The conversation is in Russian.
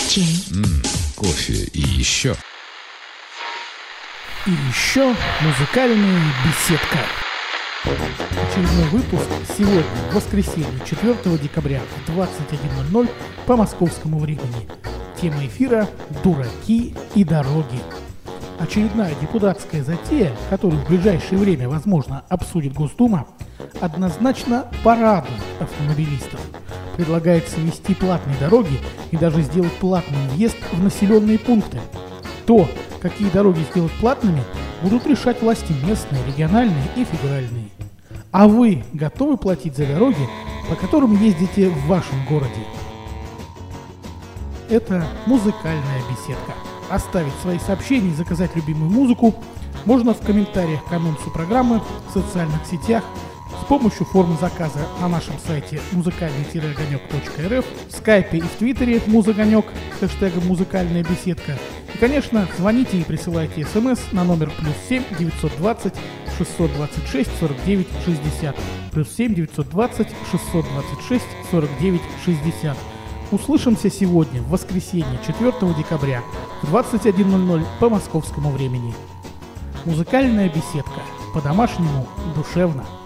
чай. Кофе и еще. И еще музыкальная беседка. Очередной выпуск сегодня, в воскресенье, 4 декабря в 21:00 по московскому времени. Тема эфира «Дураки и дороги». Очередная депутатская затея, которую в ближайшее время, возможно, обсудит Госдума, однозначно порадует автомобилистов. Предлагается ввести платные дороги и даже сделать платный въезд в населенные пункты. То, какие дороги сделать платными, будут решать власти местные, региональные и федеральные. А вы готовы платить за дороги, по которым ездите в вашем городе? Это музыкальная беседка. Оставить свои сообщения и заказать любимую музыку можно в комментариях к анонсу программы в социальных сетях, с помощью формы заказа на нашем сайте музыкальный-огонек.рф, в скайпе и в твиттере музыгонек с хэштегом «Музыкальная беседка». И, конечно, звоните и присылайте смс на номер +7 920 626 49 60, +7 920 626 49 60. Услышимся сегодня, в воскресенье, 4 декабря, в 21:00 по московскому времени. Музыкальная беседка. По-домашнему, душевно.